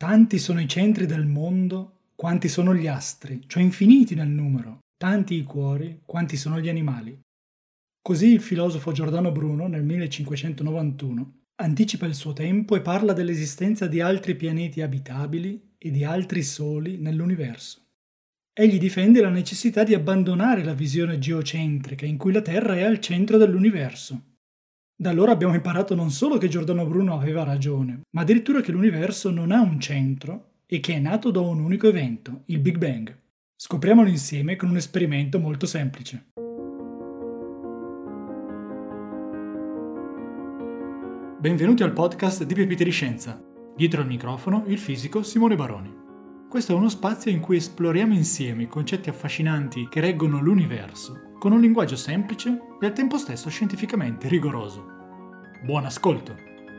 Tanti sono i centri del mondo, quanti sono gli astri, cioè infiniti nel numero, tanti i cuori, quanti sono gli animali. Così il filosofo Giordano Bruno, nel 1591, anticipa il suo tempo e parla dell'esistenza di altri pianeti abitabili e di altri soli nell'universo. Egli difende la necessità di abbandonare la visione geocentrica in cui la Terra è al centro dell'universo. Da allora abbiamo imparato non solo che Giordano Bruno aveva ragione, ma addirittura che l'universo non ha un centro e che è nato da un unico evento, il Big Bang. Scopriamolo insieme con un esperimento molto semplice. Benvenuti al podcast di Pepite di Scienza. Dietro al microfono il fisico Simone Baroni. Questo è uno spazio in cui esploriamo insieme i concetti affascinanti che reggono l'universo, con un linguaggio semplice e al tempo stesso scientificamente rigoroso. Buon ascolto!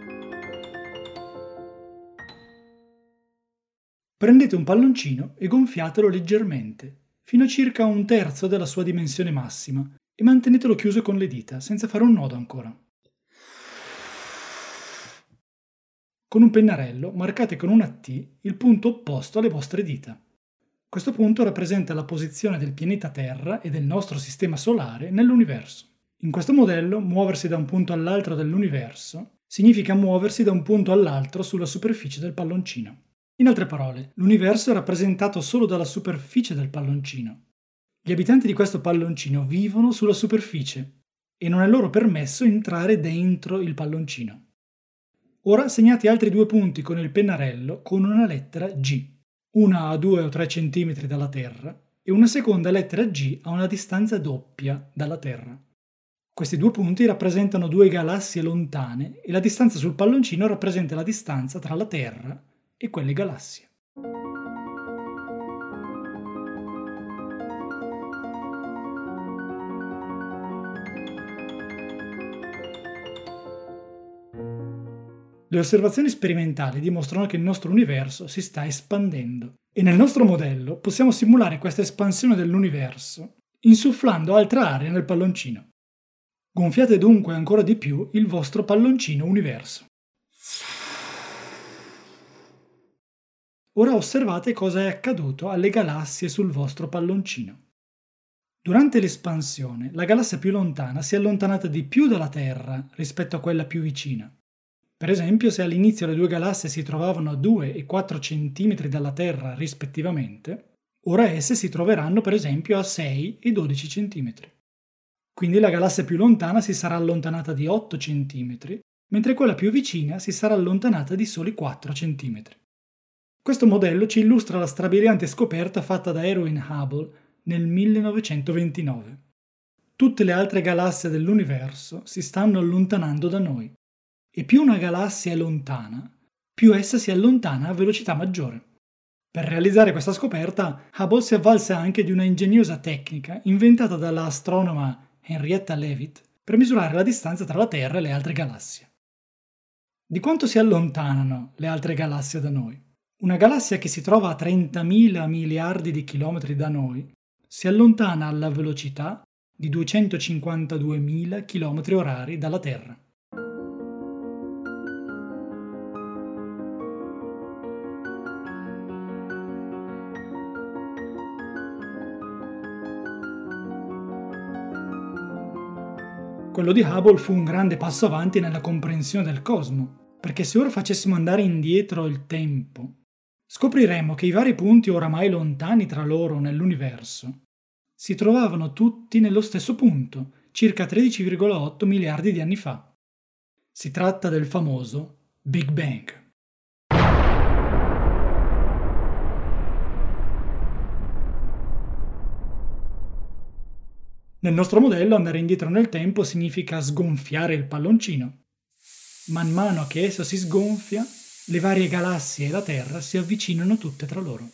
Prendete un palloncino e gonfiatelo leggermente, fino a circa un terzo della sua dimensione massima, e mantenetelo chiuso con le dita, senza fare un nodo ancora. Con un pennarello marcate con una T il punto opposto alle vostre dita. Questo punto rappresenta la posizione del pianeta Terra e del nostro sistema solare nell'universo. In questo modello, muoversi da un punto all'altro dell'universo significa muoversi da un punto all'altro sulla superficie del palloncino. In altre parole, l'universo è rappresentato solo dalla superficie del palloncino. Gli abitanti di questo palloncino vivono sulla superficie e non è loro permesso entrare dentro il palloncino. Ora segnate altri due punti con il pennarello con una lettera G, una a 2 o 3 cm dalla Terra e una seconda lettera G a una distanza doppia dalla Terra. Questi due punti rappresentano due galassie lontane e la distanza sul palloncino rappresenta la distanza tra la Terra e quelle galassie. Le osservazioni sperimentali dimostrano che il nostro universo si sta espandendo e nel nostro modello possiamo simulare questa espansione dell'universo insufflando altra aria nel palloncino. Gonfiate dunque ancora di più il vostro palloncino universo. Ora osservate cosa è accaduto alle galassie sul vostro palloncino. Durante l'espansione, la galassia più lontana si è allontanata di più dalla Terra rispetto a quella più vicina. Per esempio, se all'inizio le due galassie si trovavano a 2 e 4 cm dalla Terra rispettivamente, ora esse si troveranno per esempio a 6 e 12 cm. Quindi la galassia più lontana si sarà allontanata di 8 cm, mentre quella più vicina si sarà allontanata di soli 4 cm. Questo modello ci illustra la strabiliante scoperta fatta da Edwin Hubble nel 1929. Tutte le altre galassie dell'universo si stanno allontanando da noi. E più una galassia è lontana, più essa si allontana a velocità maggiore. Per realizzare questa scoperta, Hubble si avvalse anche di una ingegnosa tecnica inventata dalla astronoma Henrietta Leavitt per misurare la distanza tra la Terra e le altre galassie. Di quanto si allontanano le altre galassie da noi? Una galassia che si trova a 30.000 miliardi di chilometri da noi si allontana alla velocità di 252.000 chilometri orari dalla Terra. Quello di Hubble fu un grande passo avanti nella comprensione del cosmo, perché se ora facessimo andare indietro il tempo, scopriremmo che i vari punti oramai lontani tra loro nell'universo si trovavano tutti nello stesso punto, circa 13,8 miliardi di anni fa. Si tratta del famoso Big Bang. Nel nostro modello andare indietro nel tempo significa sgonfiare il palloncino. Man mano che esso si sgonfia, le varie galassie e la Terra si avvicinano tutte tra loro.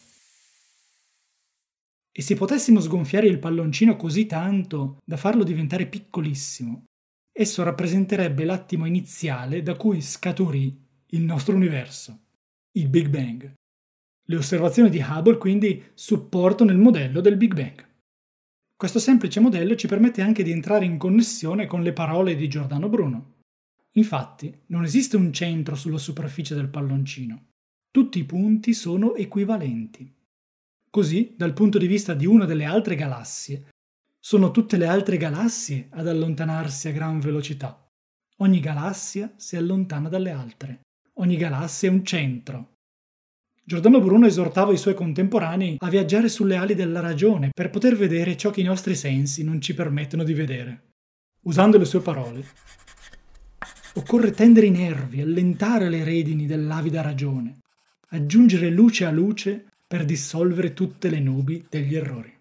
E se potessimo sgonfiare il palloncino così tanto da farlo diventare piccolissimo, esso rappresenterebbe l'attimo iniziale da cui scaturì il nostro universo, il Big Bang. Le osservazioni di Hubble quindi supportano il modello del Big Bang. Questo semplice modello ci permette anche di entrare in connessione con le parole di Giordano Bruno. Infatti, non esiste un centro sulla superficie del palloncino. Tutti i punti sono equivalenti. Così, dal punto di vista di una delle altre galassie, sono tutte le altre galassie ad allontanarsi a gran velocità. Ogni galassia si allontana dalle altre. Ogni galassia è un centro. Giordano Bruno esortava i suoi contemporanei a viaggiare sulle ali della ragione per poter vedere ciò che i nostri sensi non ci permettono di vedere. Usando le sue parole, occorre tendere i nervi, allentare le redini dell'avida ragione, aggiungere luce a luce per dissolvere tutte le nubi degli errori.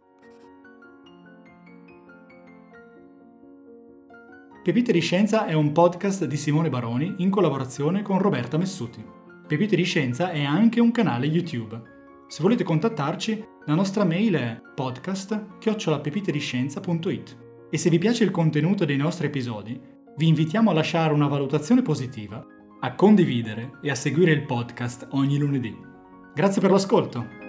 Pepite di Scienza è un podcast di Simone Baroni in collaborazione con Roberta Messuti. Pepite di Scienza è anche un canale YouTube. Se volete contattarci, la nostra mail è podcast@pepitediscienza.it. E se vi piace il contenuto dei nostri episodi, vi invitiamo a lasciare una valutazione positiva, a condividere e a seguire il podcast ogni lunedì. Grazie per l'ascolto!